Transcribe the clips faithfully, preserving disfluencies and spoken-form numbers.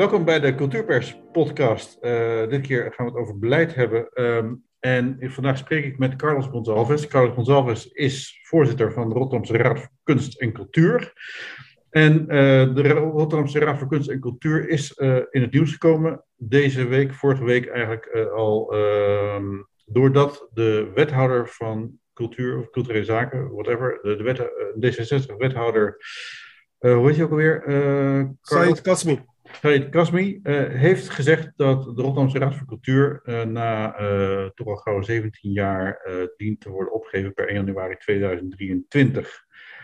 welkom bij de Cultuurpers podcast. Uh, dit keer gaan we het over beleid hebben. Um, en vandaag spreek ik met Carlos Gonzalez. Carlos Gonzalez is voorzitter van de Rotterdamse Raad voor Kunst en Cultuur. En uh, de Rotterdamse Raad voor Kunst en Cultuur is uh, in het nieuws gekomen deze week, vorige week eigenlijk uh, al, uh, doordat de wethouder van cultuur of culturele zaken, whatever, de, de wet, uh, D zesenzestig-wethouder, uh, hoe heet je ook alweer? Uh, Said Kazmi. Said Kazmi uh, heeft gezegd dat de Rotterdamse Raad voor Cultuur uh, na uh, toch al gauw zeventien jaar uh, dient te worden opgegeven per één januari tweeduizend drieëntwintig.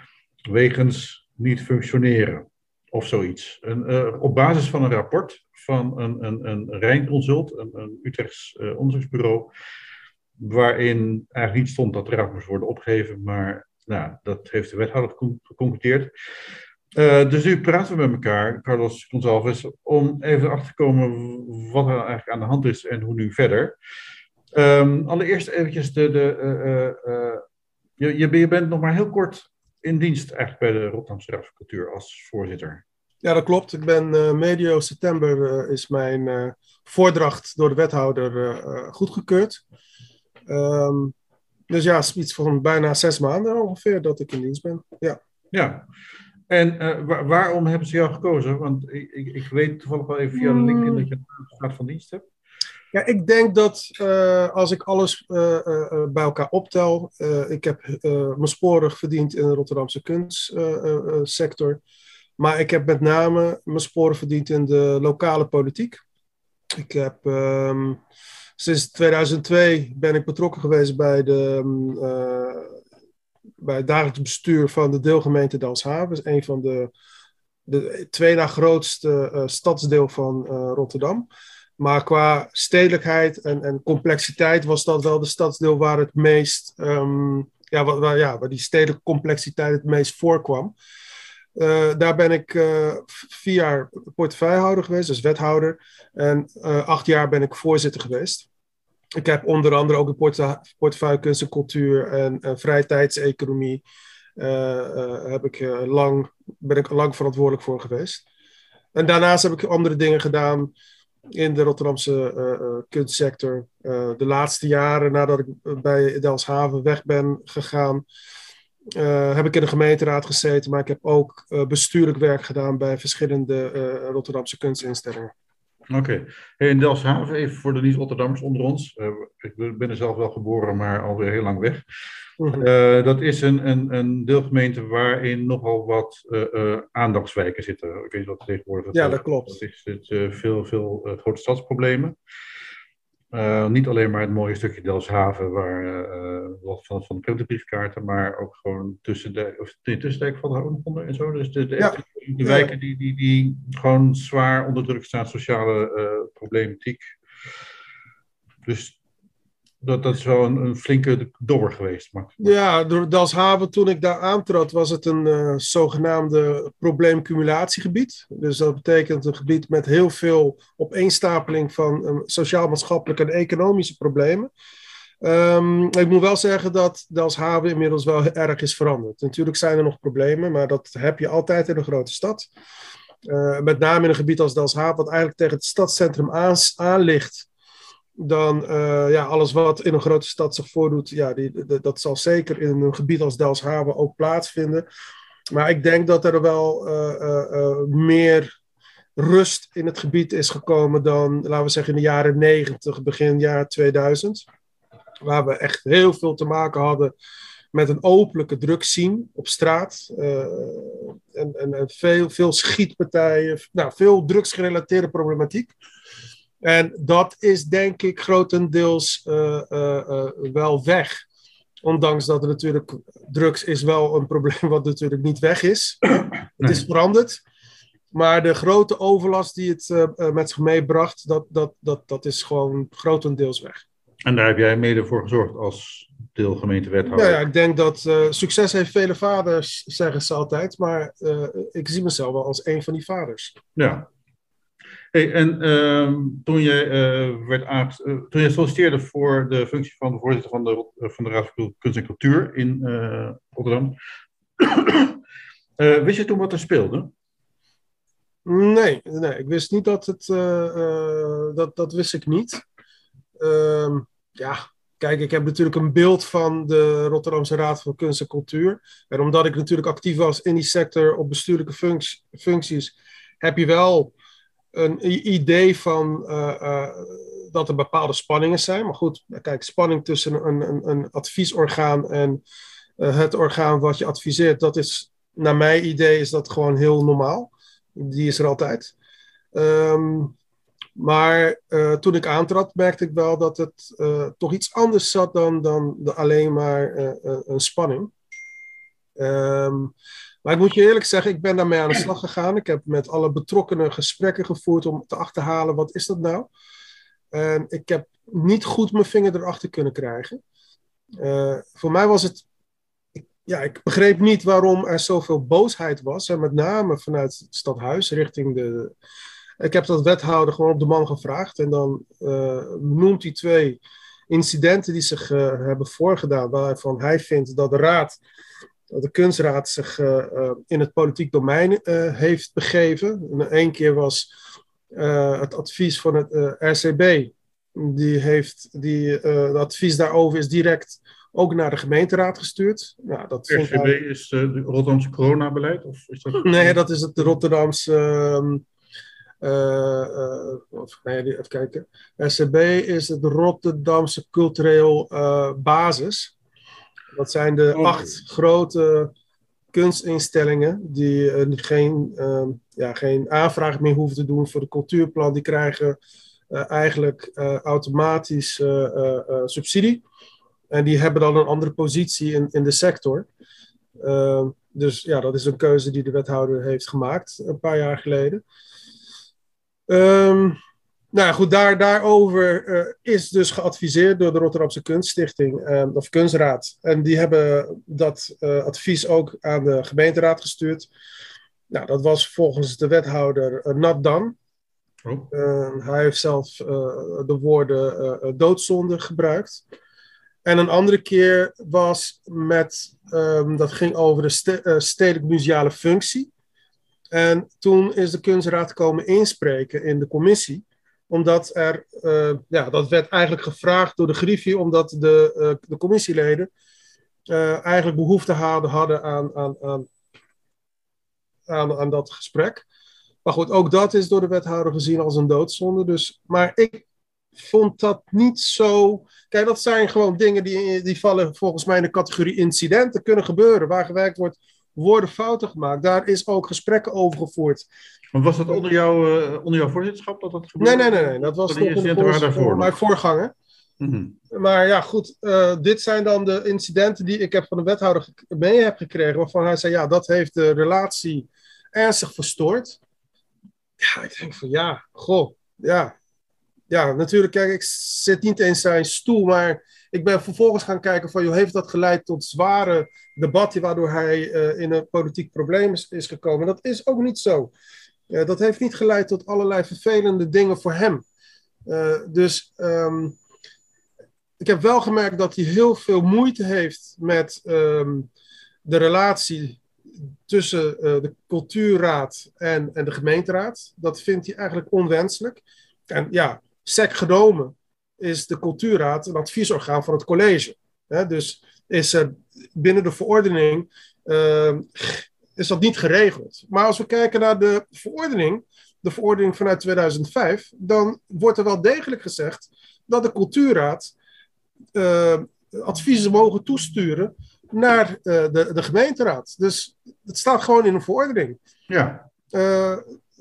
Wegens niet functioneren of zoiets. En, uh, op basis van een rapport van een, een, een Rijnconsult, een, een Utrechts uh, onderzoeksbureau, waarin eigenlijk niet stond dat de raad moest worden opgegeven, maar nou, dat heeft de wethouder geconcludeerd. Uh, dus nu praten we met elkaar, Carlos Gonzalez, om even erachter te komen wat er eigenlijk aan de hand is en hoe nu verder. Um, allereerst eventjes de... de uh, uh, je, je, je bent nog maar heel kort in dienst eigenlijk bij de Rotterdamse Raad voor Cultuur als voorzitter. Ja, dat klopt. Ik ben uh, medio september uh, is mijn uh, voordracht door de wethouder uh, goedgekeurd. Um, dus ja, iets van bijna zes maanden ongeveer dat ik in dienst ben. Ja. Ja. En uh, waar, waarom hebben ze jou gekozen? Want ik, ik, ik weet toevallig wel even via LinkedIn dat je een staat van dienst hebt. Ja, ik denk dat uh, als ik alles uh, uh, bij elkaar optel, uh, ik heb uh, mijn sporen verdiend in de Rotterdamse kunstsector, uh, uh, maar ik heb met name mijn sporen verdiend in de lokale politiek. Ik heb um, sinds tweeduizend twee ben ik betrokken geweest bij de uh, bij het dagelijks bestuur van de deelgemeente Delfshaven. Dat is een van de, de twee na grootste uh, stadsdeel van uh, Rotterdam. Maar qua stedelijkheid en, en complexiteit was dat wel de stadsdeel waar het meest, um, ja, waar, waar, ja, waar die stedelijke complexiteit het meest voorkwam. Uh, daar ben ik uh, vier jaar portefeuillehouder geweest, dus wethouder. En uh, acht jaar ben ik voorzitter geweest. Ik heb onder andere ook een porte- portefeuille kunst en cultuur en uh, vrije tijdseconomie. Uh, uh, heb ik, uh, lang, ben ik lang verantwoordelijk voor geweest. En daarnaast heb ik andere dingen gedaan in de Rotterdamse uh, uh, kunstsector. Uh, de laatste jaren nadat ik bij Delfshaven weg ben gegaan, uh, heb ik in de gemeenteraad gezeten. Maar ik heb ook uh, bestuurlijk werk gedaan bij verschillende uh, Rotterdamse kunstinstellingen. Oké. Okay. Hey, in Delfshaven, even voor de niet-Rotterdammers onder ons. Uh, ik ben er zelf wel geboren, maar alweer heel lang weg. Uh-huh. Uh, dat is een, een, een deelgemeente waarin nogal wat uh, uh, aandachtswijken zitten. Ik weet niet wat tegenwoordig dat Ja, is. dat klopt. Dat is het, uh, veel, veel uh, grote stadsproblemen. Uh, niet alleen maar het mooie stukje Delfshaven, waar uh, wat van, van de printerbriefkaarten, maar ook gewoon tussen de, of de tussendijk van de ook nog onder en zo. Dus de, de, ja. de, de wijken die, die, die gewoon zwaar onder druk staan, sociale uh, problematiek. Dus dat, dat is wel een, een flinke dobber geweest. Maar, maar... Ja, door Delfshaven, toen ik daar aantrad, was het een uh, zogenaamde probleemcumulatiegebied. Dus dat betekent een gebied met heel veel opeenstapeling van um, sociaal-maatschappelijke en economische problemen. Um, ik moet wel zeggen dat Delfshaven inmiddels wel erg is veranderd. Natuurlijk zijn er nog problemen, maar dat heb je altijd in een grote stad. Uh, met name in een gebied als Delfshaven, wat eigenlijk tegen het stadscentrum aan, aan ligt. Dan uh, ja, alles wat in een grote stad zich voordoet, ja, die, die, dat zal zeker in een gebied als Delfshaven ook plaatsvinden. Maar ik denk dat er wel uh, uh, uh, meer rust in het gebied is gekomen dan, laten we zeggen, in de jaren negentig, begin jaar tweeduizend. Waar we echt heel veel te maken hadden met een openlijke drugsscene op straat. Uh, en, en, en veel, veel schietpartijen, nou, veel drugsgerelateerde problematiek. En dat is denk ik grotendeels uh, uh, uh, wel weg. Ondanks dat er natuurlijk, drugs is wel een probleem wat natuurlijk niet weg is. Het is veranderd. Maar de grote overlast die het uh, uh, met zich meebracht, dat, dat, dat, dat is gewoon grotendeels weg. En daar heb jij mede voor gezorgd als deelgemeentewethouder? Nou ja, ik denk dat uh, succes heeft vele vaders, zeggen ze altijd. Maar uh, ik zie mezelf wel als een van die vaders. Ja. Hey, en uh, toen je uh, werd aange- uh, toen je solliciteerde voor de functie van de voorzitter van de, uh, van de Raad voor Kunst en Cultuur in uh, Rotterdam, uh, wist je toen wat er speelde? Nee, nee, ik wist niet dat het... Uh, uh, dat, dat wist ik niet. Uh, ja, kijk, ik heb natuurlijk een beeld van de Rotterdamse Raad van Kunst en Cultuur. En omdat ik natuurlijk actief was in die sector op bestuurlijke funct- functies, heb je wel een idee van uh, uh, dat er bepaalde spanningen zijn. Maar goed, kijk, spanning tussen een, een, een adviesorgaan en uh, het orgaan wat je adviseert, dat is, naar mijn idee, is dat gewoon heel normaal. Die is er altijd. Um, maar uh, toen ik aantrad, merkte ik wel dat het uh, toch iets anders zat dan, dan de alleen maar uh, uh, een spanning. Um, maar ik moet je eerlijk zeggen, ik ben daarmee aan de slag gegaan. Ik heb met alle betrokkenen gesprekken gevoerd om te achterhalen, wat is dat nou? En ik heb niet goed mijn vinger erachter kunnen krijgen. Uh, voor mij was het... Ik, ja, ik begreep niet waarom er zoveel boosheid was. En met name vanuit het stadhuis richting de... Ik heb dat wethouder gewoon op de man gevraagd. En dan uh, noemt hij twee incidenten die zich uh, hebben voorgedaan. Waarvan hij vindt dat de raad... dat de kunstraad zich uh, uh, in het politiek domein uh, heeft begeven. Eén keer was uh, het advies van het uh, R C B. Die heeft, die, uh, het advies daarover is direct ook naar de gemeenteraad gestuurd. Nou, dat R C B hij... is uh, het Rotterdamse coronabeleid? Of is dat... Nee, dat is het de Rotterdamse... Uh, uh, uh, nee, even kijken. R C B is het Rotterdamse cultureel uh, basis. Dat zijn de oh. acht grote kunstinstellingen die uh, geen, uh, ja, geen aanvraag meer hoeven te doen voor de cultuurplan. Die krijgen uh, eigenlijk uh, automatisch uh, uh, uh, subsidie. En die hebben dan een andere positie in, in de sector. Uh, dus ja, dat is een keuze die de wethouder heeft gemaakt een paar jaar geleden. Um, Nou goed, daar, daarover uh, is dus geadviseerd door de Rotterdamse Kunststichting, uh, of Kunstraad. En die hebben dat uh, advies ook aan de gemeenteraad gestuurd. Nou, dat was volgens de wethouder uh, not done. Oh. Uh, hij heeft zelf uh, de woorden uh, doodzonde gebruikt. En een andere keer was met, um, dat ging over de ste- uh, stedelijk museale functie. En toen is de Kunstraad komen inspreken in de commissie. Omdat er, uh, ja, dat werd eigenlijk gevraagd door de Griffie, omdat de, uh, de commissieleden uh, eigenlijk behoefte hadden, hadden aan, aan, aan, aan, aan dat gesprek. Maar goed, ook dat is door de wethouder gezien als een doodzonde. Dus, maar ik vond dat niet zo... Kijk, dat zijn gewoon dingen die, die vallen volgens mij in de categorie incidenten. Kunnen gebeuren, waar gewerkt wordt, worden fouten gemaakt. Daar is ook gesprekken over gevoerd. Maar was dat onder, jou, uh, onder jouw voorzitterschap dat dat gebeurde? Nee, nee, nee. nee. Dat was nog een voor, voor mijn voorganger. Mm-hmm. Maar ja, goed. Uh, dit zijn dan de incidenten die ik heb van de wethouder mee heb gekregen. Waarvan hij zei, ja, dat heeft de relatie ernstig verstoord. Ja, ik denk van, ja, goh, ja. Ja, natuurlijk, kijk, ik zit niet in zijn stoel, maar ik ben vervolgens gaan kijken van, joh, heeft dat geleid tot zware debatten waardoor hij uh, in een politiek probleem is, is gekomen? Dat is ook niet zo. Uh, dat heeft niet geleid tot allerlei vervelende dingen voor hem. Uh, dus um, ik heb wel gemerkt dat hij heel veel moeite heeft met um, de relatie tussen uh, de cultuurraad en, en de gemeenteraad. Dat vindt hij eigenlijk onwenselijk. En ja, sec genomen is de cultuurraad een adviesorgaan van het college. Hè? Dus is er binnen de verordening uh, is dat niet geregeld. Maar als we kijken naar de verordening, de verordening vanuit tweeduizend vijf, dan wordt er wel degelijk gezegd dat de cultuurraad uh, adviezen mogen toesturen naar uh, de, de gemeenteraad. Dus het staat gewoon in een verordening. Ja. Uh,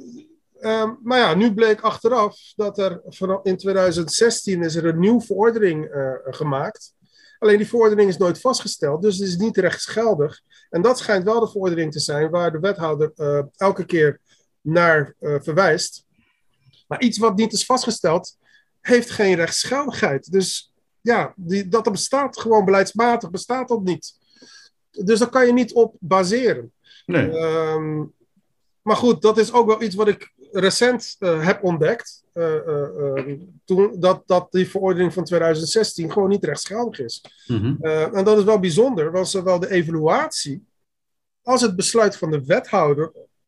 Um, maar ja, nu bleek achteraf dat er vanaf in tweeduizend zestien is er een nieuwe verordening uh, gemaakt. Alleen die verordening is nooit vastgesteld, dus het is niet rechtsgeldig. En dat schijnt wel de verordening te zijn waar de wethouder uh, elke keer naar uh, verwijst. Maar iets wat niet is vastgesteld, heeft geen rechtsgeldigheid. Dus ja, die, dat er bestaat, gewoon beleidsmatig bestaat dat niet. Dus daar kan je niet op baseren. Nee. Um, maar goed, dat is ook wel iets wat ik recent uh, heb ontdekt. Uh, uh, uh, toen, dat, dat die verordening van tweeduizend zestien gewoon niet rechtsgeldig is. Mm-hmm. Uh, en dat is wel bijzonder, want zowel de evaluatie als het besluit van de wethouder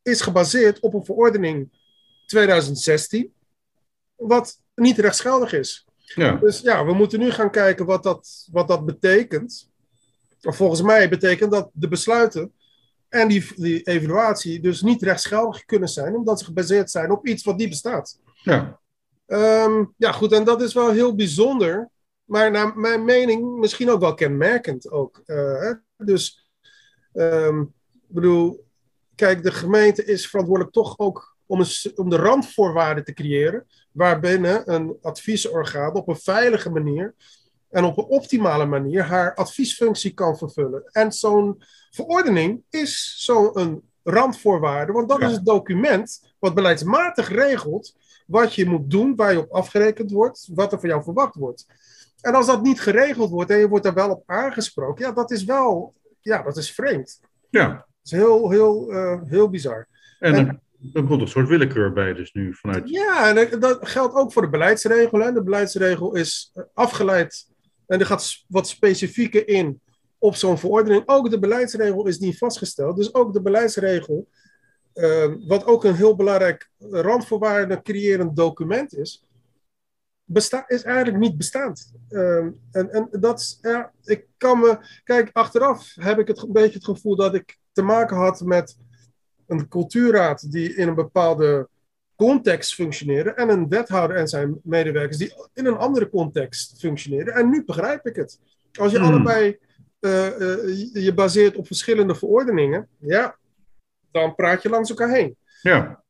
is gebaseerd op een verordening twintig zestien, wat niet rechtsgeldig is. Ja. Dus ja, we moeten nu gaan kijken wat dat, wat dat betekent. Volgens mij betekent dat de besluiten en die, die evaluatie dus niet rechtsgeldig kunnen zijn, omdat ze gebaseerd zijn op iets wat niet bestaat. Ja. Um, ja, goed, en dat is wel heel bijzonder, maar naar mijn mening misschien ook wel kenmerkend ook. Uh, hè? Dus, um, ik bedoel, kijk, de gemeente is verantwoordelijk toch ook om, een, om de randvoorwaarden te creëren, waarbinnen een adviesorgaan op een veilige manier en op een optimale manier haar adviesfunctie kan vervullen. En zo'n verordening is zo'n randvoorwaarde, want dat ja. is het document wat beleidsmatig regelt wat je moet doen, waar je op afgerekend wordt, wat er van jou verwacht wordt. En als dat niet geregeld wordt en je wordt daar wel op aangesproken, ja, dat is wel, ja, dat is vreemd. Ja. Dat is heel, heel, uh, heel bizar. En, en er komt een soort willekeur bij dus nu vanuit... Ja, en dat geldt ook voor de beleidsregel. Hè. De beleidsregel is afgeleid en er gaat wat specifieker in op zo'n verordening. Ook de beleidsregel is niet vastgesteld. Dus ook de beleidsregel, uh, wat ook een heel belangrijk randvoorwaarde creërend document is, besta- is eigenlijk niet bestaand. Uh, en, en dat, ja, ik kan me... Kijk, achteraf heb ik het een beetje het gevoel dat ik te maken had met een cultuurraad die in een bepaalde context functioneerde en een wethouder en zijn medewerkers die in een andere context functioneren. En nu begrijp ik het. Als je hmm. allebei uh, uh, je baseert op verschillende verordeningen, ja, dan praat je langs elkaar heen. Ja.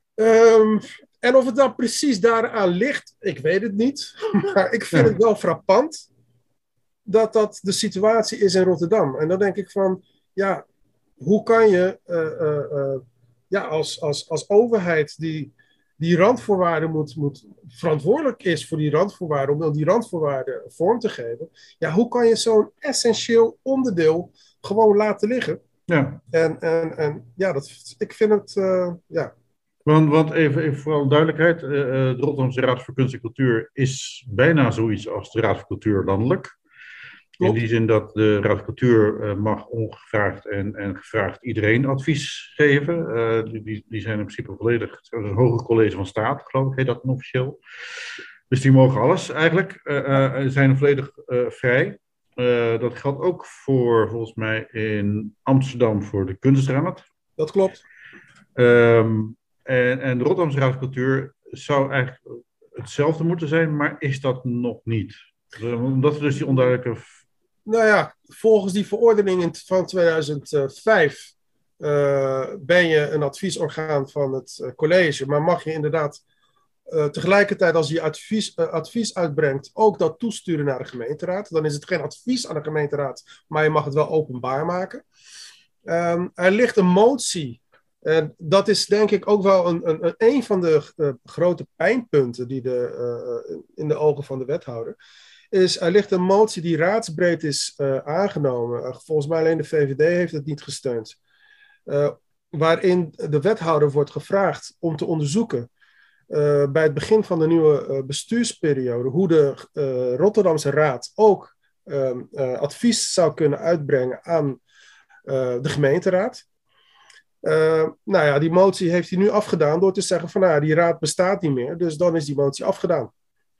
Um, en of het dan precies daaraan ligt, ik weet het niet. Maar ik vind ja. het wel frappant dat dat de situatie is in Rotterdam. En dan denk ik van, ja, hoe kan je uh, uh, uh, ja, als, als, als overheid die, die randvoorwaarden moet, moet verantwoordelijk is voor die randvoorwaarden, om die randvoorwaarden vorm te geven, ja, hoe kan je zo'n essentieel onderdeel gewoon laten liggen? Ja. En, en, en ja, dat, ik vind het, uh, ja. Want, want even, even voor alle duidelijkheid, uh, de Rotterdamse Raad voor Kunst en Cultuur is bijna zoiets als de Raad voor Cultuur landelijk. In die zin dat de Raad van Cultuur uh, mag ongevraagd en, en gevraagd iedereen advies geven. Uh, die, die zijn in principe volledig, het is een hoger college van staat, geloof ik, heet dat officieel. Dus die mogen alles eigenlijk, uh, uh, zijn volledig uh, vrij. Uh, dat geldt ook voor, volgens mij, in Amsterdam voor de Kunstraad. Dat klopt. Um, en, en de Rotterdamse Raad van Cultuur zou eigenlijk hetzelfde moeten zijn, maar is dat nog niet. Omdat er dus die onduidelijke... Nou ja, volgens die verordening van tweeduizend vijf uh, ben je een adviesorgaan van het uh, college, maar mag je inderdaad uh, tegelijkertijd als je advies, uh, advies uitbrengt ook dat toesturen naar de gemeenteraad. Dan is het geen advies aan de gemeenteraad, maar je mag het wel openbaar maken. Um, er ligt een motie. En dat is denk ik ook wel een, een, een van de uh, grote pijnpunten die de, uh, in de ogen van de wethouder is. Er ligt een motie die raadsbreed is uh, aangenomen. Uh, volgens mij alleen de V V D heeft het niet gesteund. Uh, waarin de wethouder wordt gevraagd om te onderzoeken uh, bij het begin van de nieuwe uh, bestuursperiode hoe de uh, Rotterdamse Raad ook uh, uh, advies zou kunnen uitbrengen aan uh, de gemeenteraad. Uh, nou ja, die motie heeft hij nu afgedaan door te zeggen van nou, die raad bestaat niet meer, dus dan is die motie afgedaan.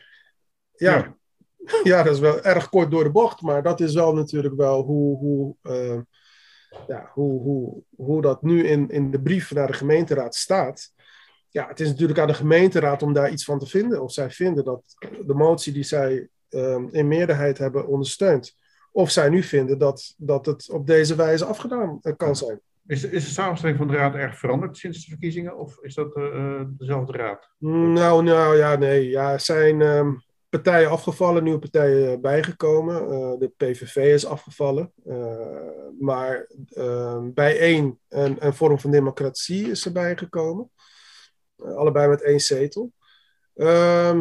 Ja, ja. ja dat is wel erg kort door de bocht, maar dat is wel natuurlijk wel hoe, hoe, uh, ja, hoe, hoe, hoe dat nu in, in de brief naar de gemeenteraad staat. Ja, het is natuurlijk aan de gemeenteraad om daar iets van te vinden. Of zij vinden dat de motie die zij uh, in meerderheid hebben ondersteund, of zij nu vinden dat, dat het op deze wijze afgedaan uh, kan zijn. Is, is de samenstelling van de raad erg veranderd sinds de verkiezingen? Of is dat uh, dezelfde raad? Nou, nou ja, nee. Ja, er zijn uh, partijen afgevallen, nieuwe partijen bijgekomen. Uh, de P V V is afgevallen. Uh, maar uh, bijeen een, een vorm van democratie is erbij gekomen. Uh, allebei met één zetel. Uh,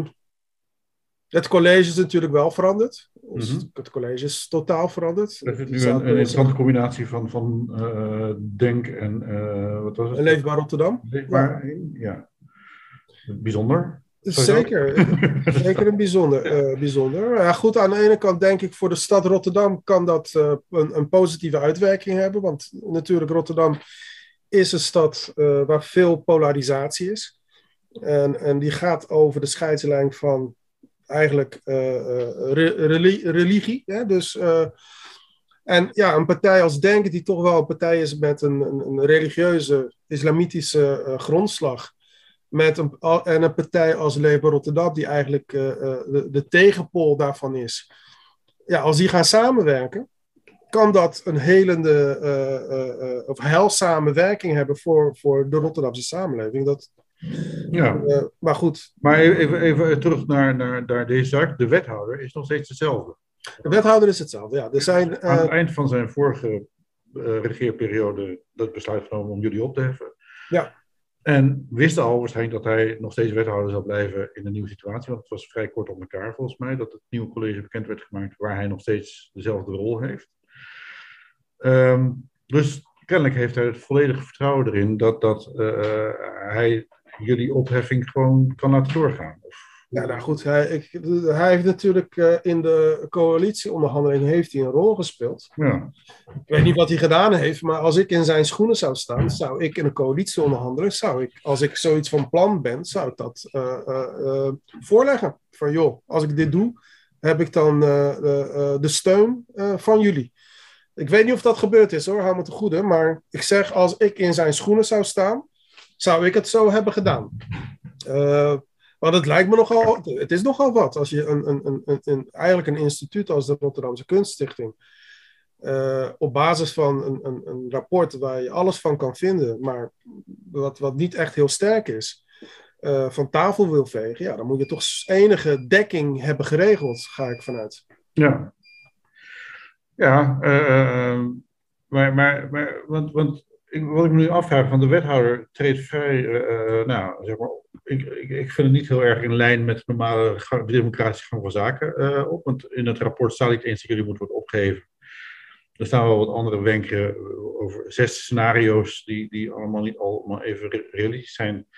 het college is natuurlijk wel veranderd. Dus mm-hmm. Het college is totaal veranderd. Er is nu een, een interessante combinatie van, van uh, Denk en uh, wat was het? En Leefbaar Rotterdam. Leefbaar, ja. ja. Bijzonder. Zeker, zeker een bijzonder. Uh, bijzonder. Ja, goed, aan de ene kant denk ik voor de stad Rotterdam kan dat uh, een, een positieve uitwerking hebben. Want natuurlijk Rotterdam is een stad uh, waar veel polarisatie is. En, en die gaat over de scheidslijn van eigenlijk uh, uh, re- religie. Hè? Dus, uh, en ja, een partij als Denk, die toch wel een partij is met een, een, een religieuze, islamitische uh, grondslag. Met een, en een partij als Labour Rotterdam, die eigenlijk uh, uh, de, de tegenpool daarvan is. Ja, als die gaan samenwerken, kan dat een helende uh, uh, uh, of heilzame werking hebben voor, voor de Rotterdamse samenleving. Dat, ja. uh, maar goed. Maar even, even terug naar, naar, naar deze zaak. De wethouder is nog steeds dezelfde. De wethouder is hetzelfde, ja. Er zijn, uh, Aan het eind van zijn vorige uh, regeerperiode dat besluit genomen om jullie op te heffen. Ja. En wist al waarschijnlijk dat hij nog steeds wethouder zou blijven in de nieuwe situatie. Want het was vrij kort op elkaar volgens mij dat het nieuwe college bekend werd gemaakt waar hij nog steeds dezelfde rol heeft. Um, dus kennelijk heeft hij het volledige vertrouwen erin dat, dat uh, hij jullie opheffing gewoon kan laten doorgaan. Of... Ja, nou goed, hij, ik, hij heeft natuurlijk uh, in de coalitieonderhandeling heeft hij een rol gespeeld. Ja. Ik weet niet wat hij gedaan heeft, maar als ik in zijn schoenen zou staan, zou ik in een coalitieonderhandeling, zou ik, als ik zoiets van plan ben, zou ik dat uh, uh, uh, voorleggen. Van joh, als ik dit doe, heb ik dan uh, uh, de steun uh, van jullie. Ik weet niet of dat gebeurd is hoor, hou me te goede, maar ik zeg als ik in zijn schoenen zou staan, zou ik het zo hebben gedaan. Uh, Want het lijkt me nogal, het is nogal wat als je een, een, een, een, eigenlijk een instituut als de Rotterdamse Kunststichting uh, op basis van een, een, een rapport waar je alles van kan vinden, maar wat, wat niet echt heel sterk is, uh, van tafel wil vegen, ja, dan moet je toch enige dekking hebben geregeld, ga ik vanuit. Ja, ja, uh, maar, maar, maar want, want ik, wat ik me nu afvraag, van de wethouder treedt vrij, uh, nou, zeg maar, ik, ik, ik vind het niet heel erg in lijn met de normale gang, democratische gang van zaken uh, op. Want in het rapport staat niet eens dat jullie moeten worden opgegeven. Er staan wel wat andere wenken over zes scenario's die, die allemaal niet allemaal even realistisch zijn.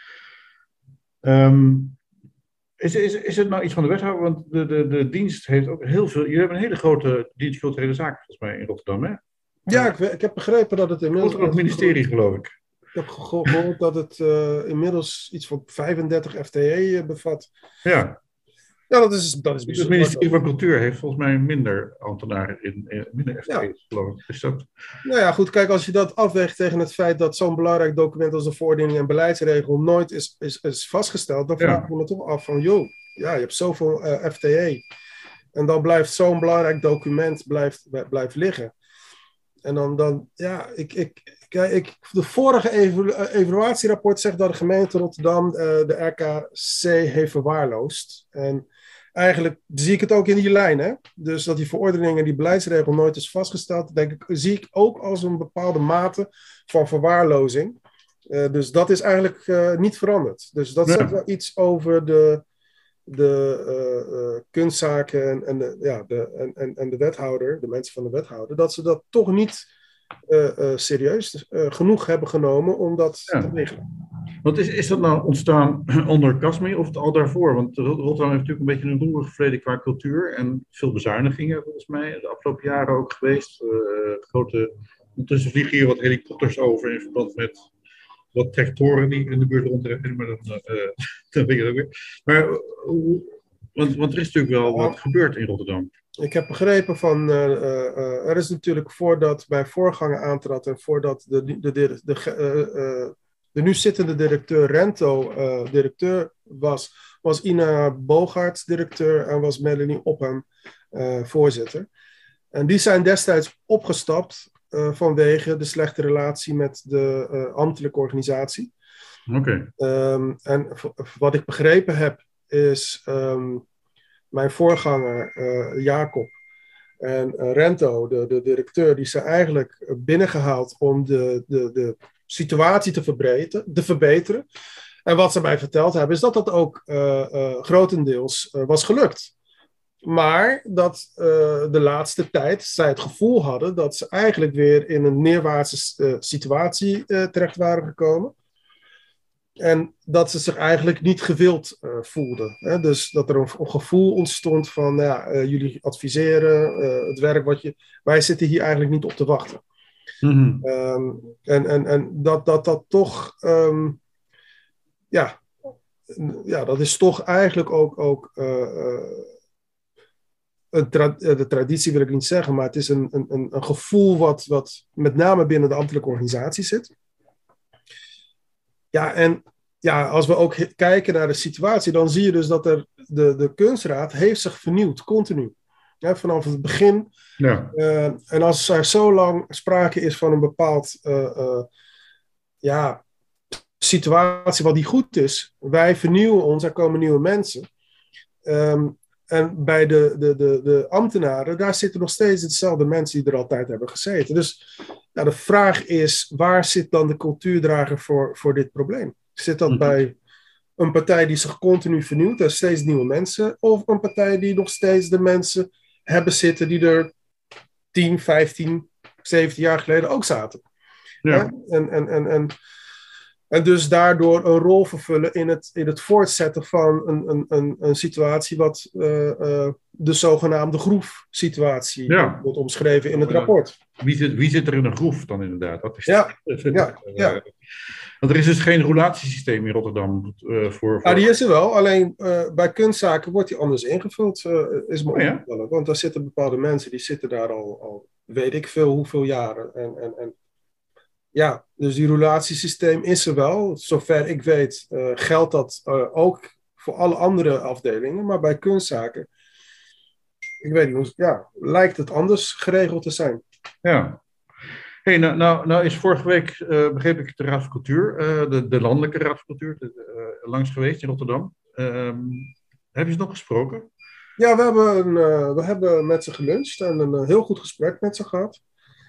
Um, is, is, is het nou iets van de wethouder? Want de, de, de dienst heeft ook heel veel... Jullie hebben een hele grote dienst culturele zaken volgens mij in Rotterdam, hè? Ja, ik, ik heb begrepen dat het inmiddels... Het ministerie, geloof ik. Ik heb gehoord dat het uh, inmiddels iets van vijfendertig F T E bevat. Ja. Ja, dat is, dat is dus het ministerie van Cultuur heeft volgens mij minder ambtenaren in, in minder F T E's, ja. Geloof ik. Dus dat... Nou ja, goed, kijk, als je dat afweegt tegen het feit dat zo'n belangrijk document als de verordening en beleidsregel nooit is, is, is vastgesteld, dan vraag ik ja. me toch af van, joh, ja, je hebt zoveel uh, F T E en dan blijft zo'n belangrijk document blijft, blijft liggen. En dan, dan ja, ik, ik, ik, ik, de vorige evalu- evaluatierapport zegt dat de gemeente Rotterdam uh, de R K C heeft verwaarloosd. En eigenlijk zie ik het ook in die lijn, hè? Dus dat die verordening en die beleidsregel nooit is vastgesteld, denk ik, zie ik ook als een bepaalde mate van verwaarlozing. Uh, dus dat is eigenlijk uh, niet veranderd. Dus dat ja. zegt wel iets over de, de uh, uh, kunstzaken en, en, de, ja, de, en, en, en de wethouder, de mensen van de wethouder, dat ze dat toch niet uh, uh, serieus uh, genoeg hebben genomen om dat ja. te regelen. Want is, is dat nou ontstaan onder Kasmi of het al daarvoor? Want Rotterdam heeft natuurlijk een beetje een roerig verleden qua cultuur en veel bezuinigingen volgens mij de afgelopen jaren ook geweest. Uh, grote, ondertussen vliegen hier wat helikopters over in verband met wat tractoren die in de buurt rondrijden, maar dat, uh, dat weet je ook weer. Maar, uh, want, want er is natuurlijk wel wat gebeurd in Rotterdam. Ik heb begrepen van, uh, uh, er is natuurlijk voordat mijn voorganger aantrad en voordat de, de, de, de, de, uh, uh, de nu zittende directeur Rento uh, directeur was, was Ina Bogaerts directeur en was Melanie Opham uh, voorzitter. En die zijn destijds opgestapt uh, vanwege de slechte relatie met de uh, ambtelijke organisatie. Oké. Okay. Um, en v- wat ik begrepen heb is um, mijn voorganger uh, Jacob en uh, Rento, de, de directeur, die zijn eigenlijk binnengehaald om de, de, de situatie te verbeteren, te verbeteren. En wat ze mij verteld hebben is dat dat ook uh, uh, grotendeels uh, was gelukt. Maar dat uh, de laatste tijd zij het gevoel hadden dat ze eigenlijk weer in een neerwaartse uh, situatie uh, terecht waren gekomen. En dat ze zich eigenlijk niet gewild uh, voelden. Hè? Dus dat er een, een gevoel ontstond van, ja, uh, jullie adviseren, uh, het werk wat je... Wij zitten hier eigenlijk niet op te wachten. Mhm. Um, en en, en dat, dat dat toch, um, ja, ja, dat is toch eigenlijk ook, ook uh, uh, een tra- de traditie wil ik niet zeggen, maar het is een, een, een gevoel wat, wat met name binnen de ambtelijke organisatie zit. Ja, en ja, als we ook kijken naar de situatie, dan zie je dus dat er de, de kunstraad heeft zich vernieuwd, continu. Ja, vanaf het begin. Ja. Uh, en als er zo lang sprake is van een bepaald uh, uh, ja, situatie wat niet goed is, wij vernieuwen ons, er komen nieuwe mensen. Um, en bij de, de, de, de ambtenaren, daar zitten nog steeds hetzelfde mensen die er altijd hebben gezeten. Dus ja, de vraag is, waar zit dan de cultuurdrager voor, voor dit probleem? Zit dat mm-hmm. bij een partij die zich continu vernieuwt en steeds nieuwe mensen, of een partij die nog steeds de mensen hebben zitten die er tien, vijftien, zeventien jaar geleden ook zaten? Ja. En, en, en, en, en dus daardoor een rol vervullen in het, in het voortzetten van een, een, een, een situatie wat uh, uh, de zogenaamde groefsituatie ja. wordt omschreven in het rapport. Wie zit, wie zit er in een groef dan inderdaad? Dat is ja, ja, ja. Want er is dus geen roulatiesysteem in Rotterdam uh, voor, voor... Ah, die is er wel, alleen uh, bij kunstzaken wordt die anders ingevuld, uh, is me oh, ja? opgevallen. Want daar zitten bepaalde mensen, die zitten daar al, al weet ik veel hoeveel jaren. En, en, en ja, dus die roulatiesysteem is er wel. Zover ik weet uh, geldt dat uh, ook voor alle andere afdelingen. Maar bij kunstzaken, ik weet niet, ja, lijkt het anders geregeld te zijn. Ja. Hey, nou, nou, nou is vorige week, uh, begreep ik, de Raad van Cultuur, uh, de, de Landelijke Raad van Cultuur, de, uh, langs geweest in Rotterdam. Uh, heb je ze nog gesproken? Ja, we hebben, een, uh, we hebben met ze geluncht en een uh, heel goed gesprek met ze gehad.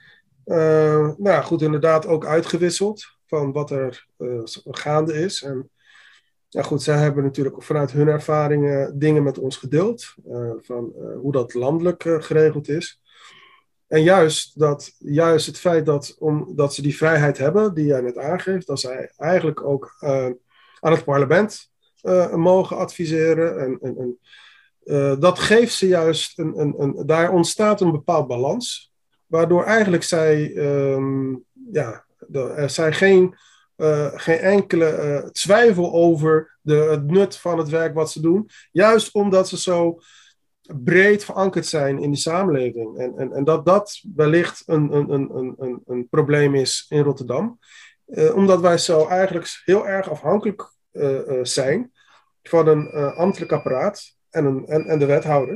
Uh, nou goed, inderdaad ook uitgewisseld van wat er uh, gaande is. En ja, goed, zij hebben natuurlijk vanuit hun ervaringen dingen met ons gedeeld. Uh, van uh, hoe dat landelijk uh, geregeld is. En juist, dat, juist het feit dat, omdat ze die vrijheid hebben, die jij net aangeeft, dat zij eigenlijk ook uh, aan het parlement uh, mogen adviseren. En, en, en, uh, dat geeft ze juist, een, een, een, daar ontstaat een bepaald balans. Waardoor eigenlijk zij, um, ja, er zijn geen, uh, geen enkele uh, twijfel over de, het nut van het werk wat ze doen. Juist omdat ze zo breed verankerd zijn in die samenleving. En, en, en dat dat wellicht een, een, een, een, een probleem is in Rotterdam. Uh, omdat wij zo eigenlijk heel erg afhankelijk uh, uh, zijn van een uh, ambtelijk apparaat en, een, en, en de wethouder.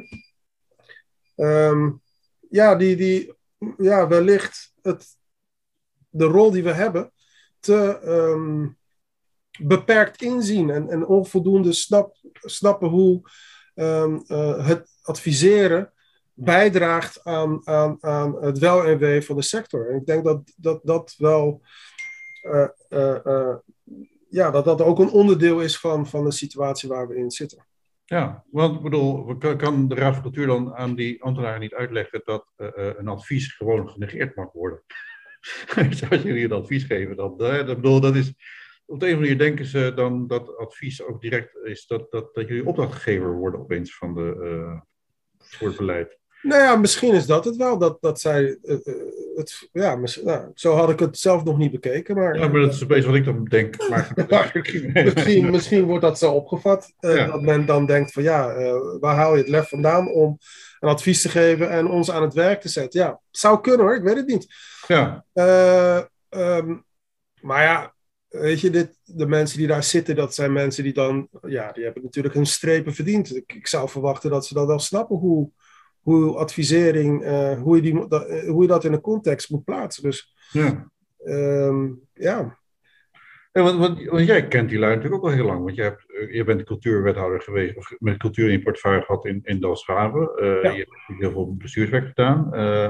Um, ja, die... die ja, wellicht het, de rol die we hebben te um, beperkt inzien en, en onvoldoende snap, snappen hoe um, uh, het adviseren bijdraagt aan, aan, aan het wel en wee van de sector. En ik denk dat dat, dat wel uh, uh, uh, ja, dat dat ook een onderdeel is van, van de situatie waar we in zitten. Ja, want ik bedoel, kan de Raad van Cultuur dan aan die ambtenaren niet uitleggen dat uh, een advies gewoon genegeerd mag worden? Als jullie een advies geven, dan, uh, dat, bedoel, dat is, op de een of andere manier denken ze dan dat advies ook direct is dat, dat, dat jullie opdrachtgever worden opeens van de, uh, voor het beleid. Nou ja, misschien is dat het wel, dat, dat zij, uh, het, ja, misschien, nou, zo had ik het zelf nog niet bekeken. Maar, ja, maar dat is opeens wat ik dan denk. Maar, misschien, misschien wordt dat zo opgevat, uh, ja. Dat men dan denkt van ja, uh, waar haal je het lef vandaan om een advies te geven en ons aan het werk te zetten. Ja, zou kunnen hoor, ik weet het niet. Ja. Uh, um, maar ja, weet je, dit, de mensen die daar zitten, dat zijn mensen die dan, ja, die hebben natuurlijk hun strepen verdiend. Ik, ik zou verwachten dat ze dan wel snappen hoe... hoe advisering, uh, hoe, je die, dat, uh, hoe je dat in een context moet plaatsen. Dus ja. Um, ja. ja want, want, want jij kent die lui natuurlijk ook al heel lang, want je, hebt, uh, je bent cultuurwethouder geweest, of met cultuur in je portefeuille gehad in, in Delfshaven. Uh, ja. Je hebt heel veel bestuurswerk gedaan. Uh,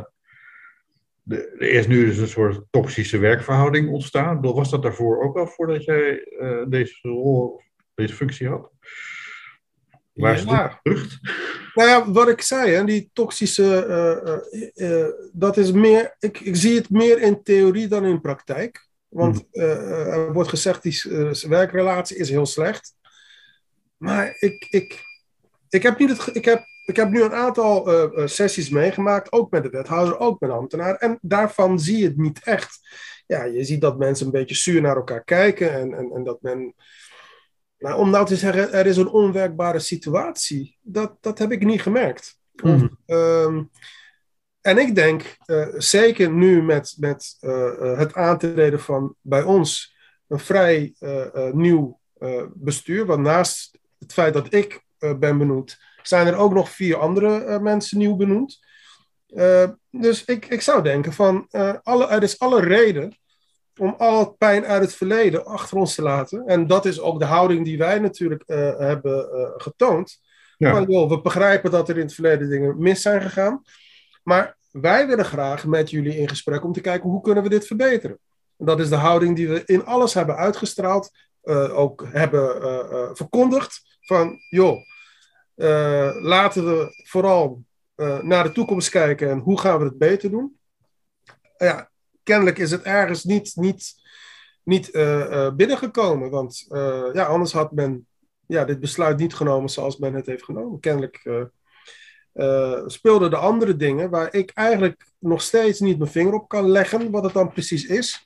de, er is nu dus een soort toxische werkverhouding ontstaan. Was dat daarvoor ook al voordat jij uh, deze rol, deze functie had? Waar is ja. het terug? Nou ja, wat ik zei, hè, die toxische, uh, uh, uh, dat is meer, ik, ik zie het meer in theorie dan in praktijk. Want uh, er wordt gezegd, die uh, werkrelatie is heel slecht. Maar ik, ik, ik heb niet het, ik heb ik heb nu een aantal uh, sessies meegemaakt, ook met de wethouder, ook met de ambtenaar. En daarvan zie je het niet echt. Ja, je ziet dat mensen een beetje zuur naar elkaar kijken. En, en, en dat men... Nou, om nou te zeggen, er is een onwerkbare situatie. Dat, dat heb ik niet gemerkt. Mm-hmm. Of, um, en ik denk, uh, zeker nu met, met uh, uh, het aantreden van bij ons een vrij uh, uh, nieuw uh, bestuur. Want naast het feit dat ik uh, ben benoemd, zijn er ook nog vier andere uh, mensen nieuw benoemd. Uh, dus ik, ik zou denken van, uh, alle, er is alle reden om al het pijn uit het verleden achter ons te laten. En dat is ook de houding die wij natuurlijk uh, hebben uh, getoond. Ja. Van, joh, we begrijpen dat er in het verleden dingen mis zijn gegaan. Maar wij willen graag met jullie in gesprek om te kijken hoe kunnen we dit verbeteren. En dat is de houding die we in alles hebben uitgestraald. Uh, ook hebben uh, uh, verkondigd. Van, joh, uh, laten we vooral uh, naar de toekomst kijken. En hoe gaan we het beter doen? Uh, ja, kennelijk is het ergens niet, niet, niet uh, uh, binnengekomen. Want uh, ja, anders had men ja, dit besluit niet genomen zoals men het heeft genomen. Kennelijk uh, uh, speelden de andere dingen waar ik eigenlijk nog steeds niet mijn vinger op kan leggen. Wat het dan precies is.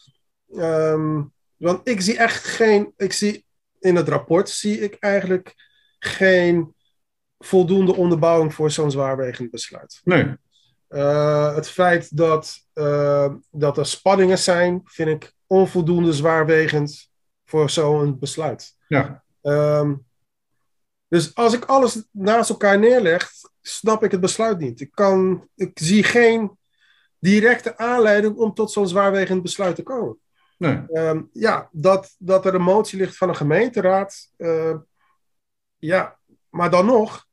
Um, want ik zie echt geen... Ik zie in het rapport zie ik eigenlijk geen voldoende onderbouwing voor zo'n zwaarwegend besluit. Nee. Uh, het feit dat, uh, dat er spanningen zijn, vind ik onvoldoende zwaarwegend voor zo'n besluit. Ja. Um, dus als ik alles naast elkaar neerleg, snap ik het besluit niet. Ik, kan, ik zie geen directe aanleiding om tot zo'n zwaarwegend besluit te komen. Nee. Um, ja, dat, dat er een motie ligt van een gemeenteraad. Uh, ja, maar dan nog...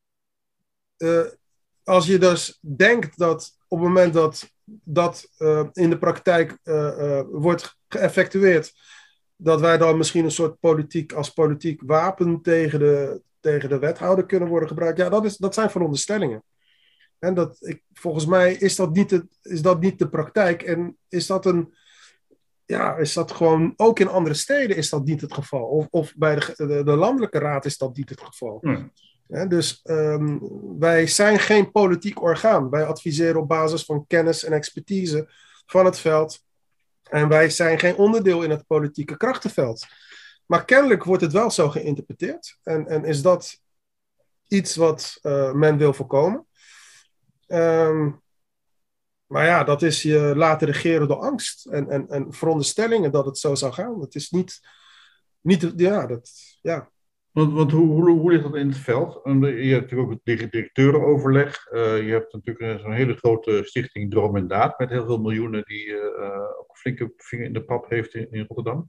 Uh, Als je dus denkt dat op het moment dat dat uh, in de praktijk uh, uh, wordt geëffectueerd, dat wij dan misschien een soort politiek als politiek wapen tegen de, tegen de wethouder kunnen worden gebruikt. Ja, dat, is, dat zijn veronderstellingen. En dat, ik, volgens mij is dat, niet de, is dat niet de praktijk. En is dat een, ja, is dat gewoon, ook in andere steden is dat niet het geval. Of, of bij de, de, de landelijke raad is dat niet het geval. Hmm. Ja, dus um, wij zijn geen politiek orgaan. Wij adviseren op basis van kennis en expertise van het veld. En wij zijn geen onderdeel in het politieke krachtenveld. Maar kennelijk wordt het wel zo geïnterpreteerd. En, en is dat iets wat uh, men wil voorkomen. Um, maar ja, dat is je laten regeren door angst. En, en, en veronderstellingen dat het zo zou gaan. Het is niet... niet ja, dat... Ja. Want, want hoe, hoe, hoe ligt dat in het veld? Je hebt natuurlijk ook het directeurenoverleg. Uh, je hebt natuurlijk zo'n hele grote stichting Droom en Daad met heel veel miljoenen die uh, ook een flinke vinger in de pap heeft in, in Rotterdam.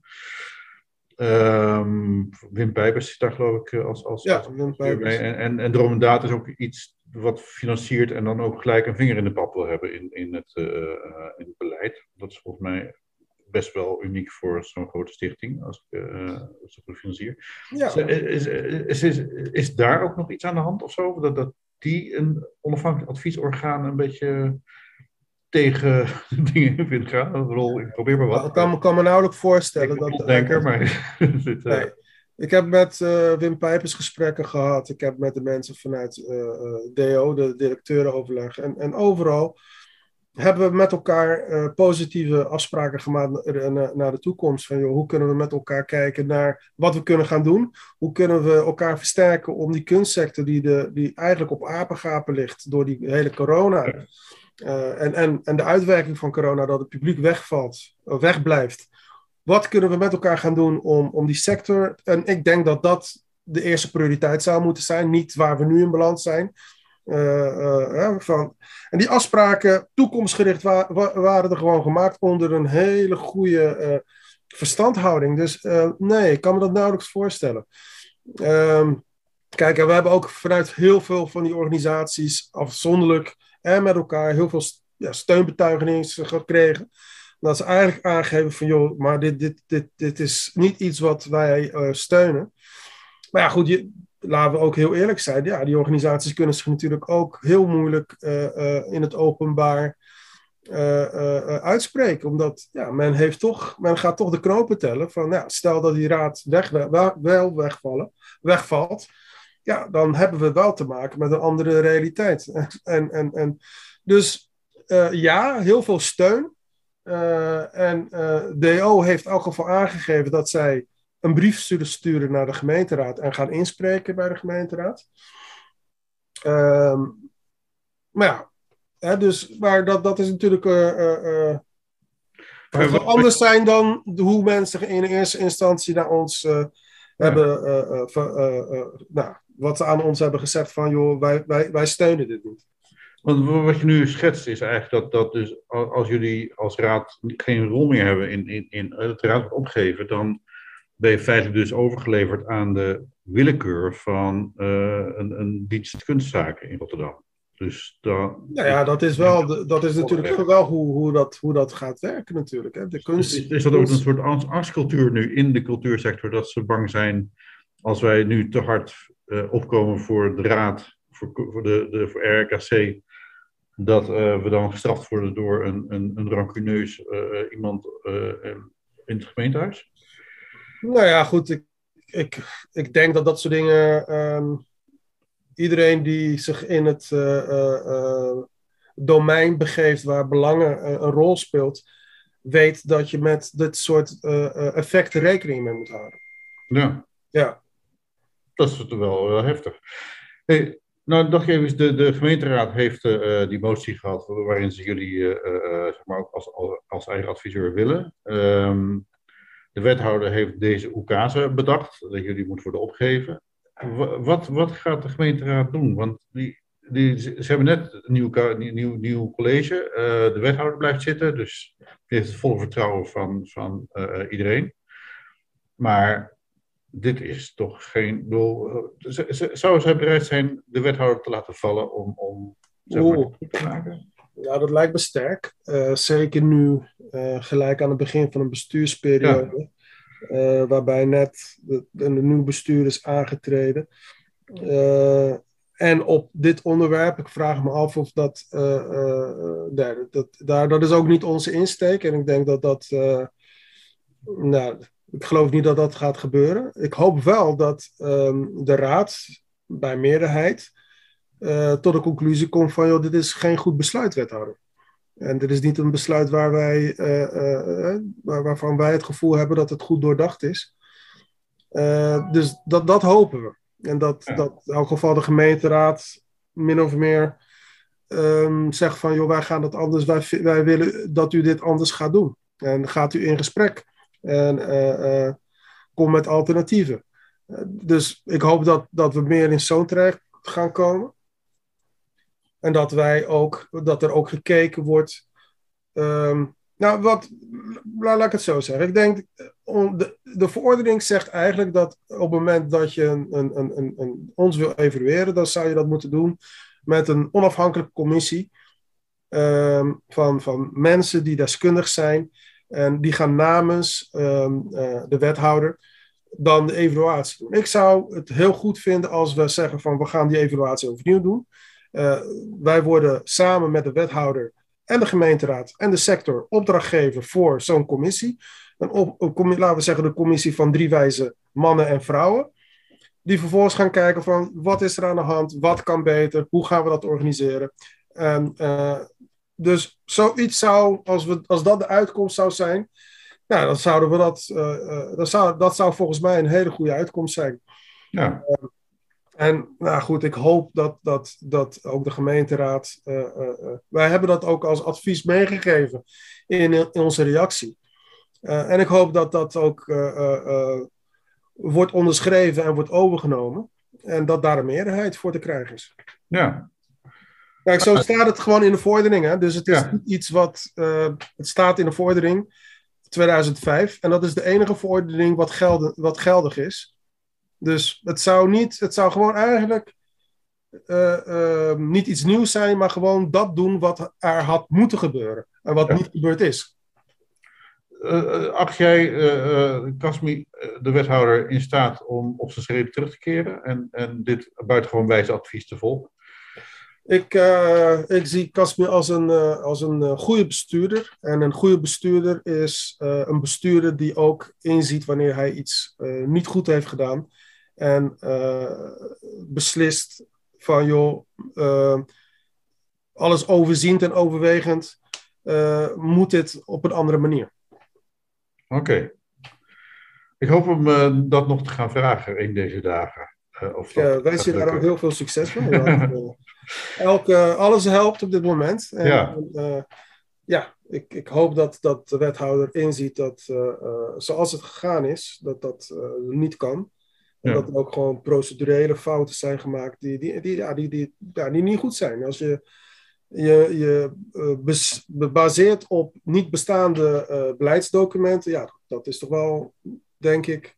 Um, Wim Pijpers zit daar geloof ik als, als, ja, als Wim Pijpers. En, en, en Droom en Daad is ook iets wat financiert en dan ook gelijk een vinger in de pap wil hebben in, in, het, uh, in het beleid. Dat is volgens mij best wel uniek voor zo'n grote stichting, als ik uh, zo goed financier. Ja. Is, is, is, is daar ook nog iets aan de hand of zo? Dat, dat die een onafhankelijk adviesorgaan een beetje tegen dingen in vindt gaan? Ik bedoel, ik probeer maar wat. Ik kan, kan me nauwelijks voorstellen. Ik ben dat denker, maar... dit, uh... nee. Ik heb met uh, Wim Pijpers gesprekken gehad. Ik heb met de mensen vanuit uh, uh, D O, de directeurenoverleg. En, en overal hebben we met elkaar uh, positieve afspraken gemaakt naar, naar de toekomst. Van, joh, hoe kunnen we met elkaar kijken naar wat we kunnen gaan doen? Hoe kunnen we elkaar versterken om die kunstsector die, de, die eigenlijk op apengapen ligt door die hele corona. Uh, en, en, en de uitwerking van corona, dat het publiek wegvalt, uh, wegblijft. Wat kunnen we met elkaar gaan doen om, om die sector... En ik denk dat dat de eerste prioriteit zou moeten zijn. Niet waar we nu in balans zijn. Uh, uh, van, en die afspraken, toekomstgericht, wa- wa- waren er gewoon gemaakt onder een hele goede uh, verstandhouding. Dus uh, nee, ik kan me dat nauwelijks voorstellen. Um, kijk, en we hebben ook vanuit heel veel van die organisaties afzonderlijk en met elkaar heel veel ja, steunbetuigingen gekregen. Dat ze eigenlijk aangeven van, joh, maar dit, dit, dit, dit is niet iets wat wij uh, steunen. Maar ja, goed, je, laten we ook heel eerlijk zijn. Ja, die organisaties kunnen zich natuurlijk ook heel moeilijk uh, uh, in het openbaar uh, uh, uitspreken. Omdat ja, men, heeft toch, men gaat toch de knopen tellen van, ja, stel dat die raad weg, wel, wel wegvallen, wegvalt. ja, dan hebben we wel te maken met een andere realiteit. En, en, en, dus uh, ja, heel veel steun. Uh, en uh, D O heeft in elk geval aangegeven dat zij een brief zullen sturen naar de gemeenteraad en gaan inspreken bij de gemeenteraad. Uh, maar ja, hè, dus, maar dat, dat is natuurlijk... Uh, uh, uh, het zal anders zijn dan hoe mensen in eerste instantie naar ons uh, ja. hebben... Uh, uh, uh, uh, nou, wat ze aan ons hebben gezegd van... joh, wij, wij, wij steunen dit niet. Want wat je nu schetst is eigenlijk dat, dat dus als jullie als raad geen rol meer hebben in, in, in het raad wordt opgegeven, dan ben je feitelijk dus overgeleverd aan de willekeur van uh, een, een dienst kunstzaken in Rotterdam. Dus dan, nou ja, dat is, wel, dat is natuurlijk wel hoe, hoe, dat, hoe dat gaat werken natuurlijk. Hè. De kunst, is, is dat ook een soort angstcultuur nu in de cultuursector, dat ze bang zijn als wij nu te hard uh, opkomen voor de raad, voor, voor, de, de, voor R K C, dat uh, we dan gestraft worden door een, een, een rancuneus uh, iemand uh, in het gemeentehuis? Nou ja, goed. Ik, ik, ik denk dat dat soort dingen... Um, iedereen die zich in het uh, uh, domein begeeft waar belangen uh, een rol speelt, weet dat je met dit soort uh, effecten rekening mee moet houden. Ja. Ja. Dat is wel, wel heftig. Hey, nou, nog even, de, de gemeenteraad heeft uh, die motie gehad waarin ze jullie uh, uh, zeg maar ook als, als, als eigen adviseur willen. Um, de wethouder heeft deze oekase bedacht, dat jullie moeten worden opgegeven. Wat, wat gaat de gemeenteraad doen? Want die, die, ze hebben net een nieuw, nieuw, nieuw college. Uh, de wethouder blijft zitten, dus die heeft het volle vertrouwen van, van uh, iedereen. Maar dit is toch geen doel. Zou zij bereid zijn de wethouder te laten vallen om, om zeg maar, goed te maken? Ja, dat lijkt me sterk. Uh, zeker nu uh, gelijk aan het begin van een bestuursperiode. Ja. Uh, waarbij net de, de, de nieuw bestuur is aangetreden. Uh, en op dit onderwerp, ik vraag me af of dat, uh, uh, nee, dat, daar, dat is ook niet onze insteek. En ik denk dat dat, uh, nou, ik geloof niet dat dat gaat gebeuren. Ik hoop wel dat um, de raad bij meerderheid uh, tot de conclusie komt van, joh, dit is geen goed besluit, wethouder. En dit is niet een besluit waar wij, uh, uh, waar, waarvan wij het gevoel hebben dat het goed doordacht is. Uh, dus dat, dat hopen we. En dat, ja. dat in elk geval de gemeenteraad min of meer um, zegt van, joh, wij gaan dat anders, wij, wij willen dat u dit anders gaat doen. En gaat u in gesprek en uh, uh, kom met alternatieven. Uh, dus ik hoop dat, dat we meer in zo'n traject gaan komen. En dat wij ook, dat er ook gekeken wordt. Um, nou, wat, laat, laat ik het zo zeggen. Ik denk, de, de verordening zegt eigenlijk dat op het moment dat je een, een, een, een, ons wil evalueren, dan zou je dat moeten doen met een onafhankelijke commissie um, van, van mensen die deskundig zijn. En die gaan namens um, uh, de wethouder dan de evaluatie doen. Ik zou het heel goed vinden als we zeggen van we gaan die evaluatie overnieuw doen. Uh, wij worden samen met de wethouder en de gemeenteraad en de sector opdrachtgever voor zo'n commissie. Een op, een, laten we zeggen de commissie van drie wijze mannen en vrouwen. Die vervolgens gaan kijken van wat is er aan de hand, wat kan beter, hoe gaan we dat organiseren. En, uh, dus zoiets zou, als, we, als dat de uitkomst zou zijn, nou, dan zouden we dat, uh, uh, dat, zou, dat zou volgens mij een hele goede uitkomst zijn. Ja. Uh, En nou goed, ik hoop dat, dat, dat ook de gemeenteraad... Uh, uh, wij hebben dat ook als advies meegegeven in, in onze reactie. Uh, en ik hoop dat dat ook uh, uh, uh, wordt onderschreven en wordt overgenomen. En dat daar een meerderheid voor te krijgen is. Ja. Kijk, zo staat het gewoon in de vordering. Hè? Dus het is ja. niet iets wat... Uh, het staat in de vordering tweeduizend vijf. En dat is de enige verordening wat, gelden, wat geldig is. Dus het zou, niet, het zou gewoon eigenlijk uh, uh, niet iets nieuws zijn, maar gewoon dat doen wat er had moeten gebeuren. En wat ja. niet gebeurd is. Uh, acht jij uh, Kasmi, de wethouder, in staat om op zijn schreden terug te keren en, en dit buitengewoon wijze advies te volgen? Ik, uh, ik zie Kasmi als een, uh, als een uh, goede bestuurder. En een goede bestuurder is uh, een bestuurder die ook inziet wanneer hij iets uh, niet goed heeft gedaan. En uh, beslist van, joh, uh, alles overziend en overwegend, uh, moet dit op een andere manier. Oké. Okay. Ik hoop hem uh, dat nog te gaan vragen in deze dagen. Uh, of ik dat uh, wens je daar ook heel veel succes mee. Want, uh, elke, alles helpt op dit moment. En, ja. en, uh, ja, ik, ik hoop dat, dat de wethouder inziet dat uh, uh, zoals het gegaan is, dat dat uh, niet kan. En ja. dat er ook gewoon procedurele fouten zijn gemaakt die, die, die, ja, die, die, ja, die niet goed zijn. Als je je, je uh, bes, baseert op niet bestaande uh, beleidsdocumenten, ja, dat is toch wel, denk ik,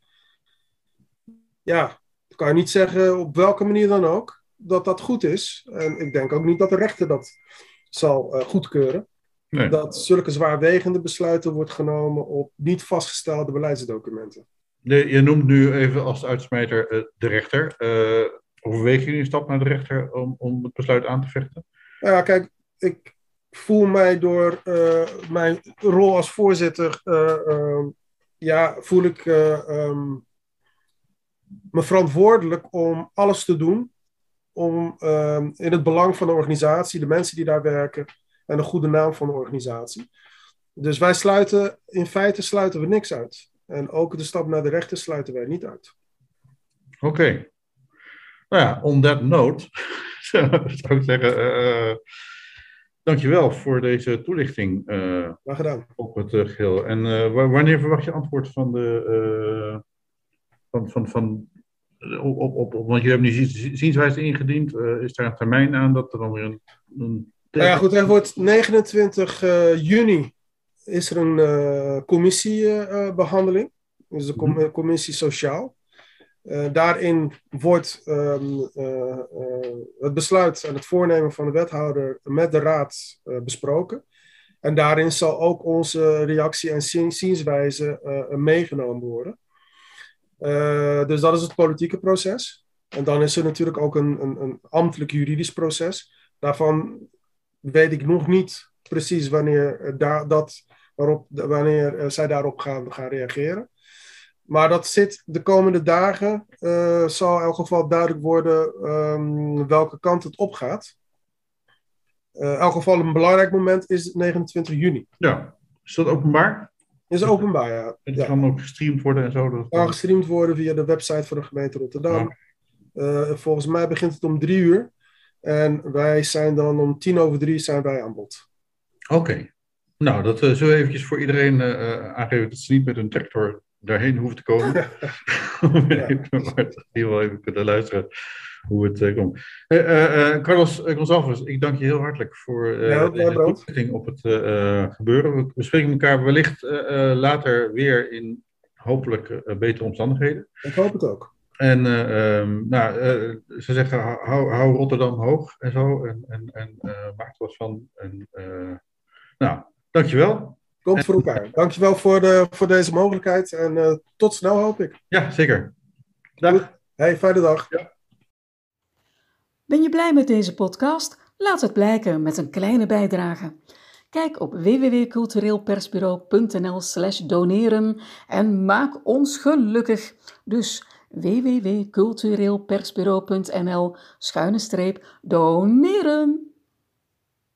ja, kan je niet zeggen op welke manier dan ook, dat dat goed is. En ik denk ook niet dat de rechter dat zal uh, goedkeuren. Nee. Dat zulke zwaarwegende besluiten wordt genomen op niet vastgestelde beleidsdocumenten. Je, je noemt nu even als uitsmijter uh, de rechter. Uh, overweeg je een stap naar de rechter om, om het besluit aan te vechten? Nou ja, kijk, ik voel mij door uh, mijn rol als voorzitter, uh, uh, ja, voel ik uh, um, me verantwoordelijk om alles te doen om uh, in het belang van de organisatie, de mensen die daar werken en de goede naam van de organisatie. Dus wij sluiten, in feite sluiten we niks uit. En ook de stap naar de rechter sluiten wij niet uit. Oké. Okay. Nou ja, on that note, zou ik zeggen, uh, dankjewel voor deze toelichting uh, Graag gedaan. Op het uh, geheel. En uh, wanneer verwacht je antwoord van de, uh, van, van, van, op, op, op, want je hebt nu zienswijze ingediend, uh, is daar een termijn aan dat er dan weer een... een nou ja, goed, er wordt negenentwintig juni is er een uh, commissiebehandeling, uh, dus de com- commissie Sociaal. Uh, daarin wordt um, uh, uh, het besluit en het voornemen van de wethouder met de raad uh, besproken. En daarin zal ook onze reactie en zienswijze uh, meegenomen worden. Uh, dus dat is het politieke proces. En dan is er natuurlijk ook een, een, een ambtelijk juridisch proces. Daarvan weet ik nog niet precies wanneer, da- dat, waarop, wanneer uh, zij daarop gaan, gaan reageren. Maar dat zit de komende dagen, uh, zal in elk geval duidelijk worden um, welke kant het opgaat. Uh, in elk geval een belangrijk moment is negenentwintig juni. Ja, is dat openbaar? Is openbaar, ja. Het ja. kan ook gestreamd worden en zo? Dat kan gestreamd worden via de website van de gemeente Rotterdam. Ja. Uh, volgens mij begint het om drie uur. En wij zijn dan om tien over drie zijn wij aan bod. Oké. Okay. Nou, dat uh, zullen we eventjes voor iedereen uh, aangeven dat ze niet met een tractor daarheen hoeven te komen. Ja. Maar in ieder geval even kunnen luisteren hoe het uh, komt. Uh, uh, Carlos Gonçalves, ik dank je heel hartelijk voor uh, ja, deze toelichting op het uh, gebeuren. We spreken elkaar wellicht uh, uh, later weer in hopelijk uh, betere omstandigheden. Ik hoop het ook. En uh, um, nou, uh, ze zeggen, hou, hou Rotterdam hoog en zo. En, en, en uh, maak er wat van. En, uh, nou, dankjewel. Komt voor elkaar. Dankjewel voor, de, voor deze mogelijkheid. En uh, tot snel hoop ik. Ja, zeker. Dag. Hey, fijne dag. Ja. Ben je blij met deze podcast? Laat het blijken met een kleine bijdrage. Kijk op w w w punt cultureelpersbureau punt n l slash doneren en maak ons gelukkig. Dus w w w punt cultureelpersbureau punt n l schuine streep doneren.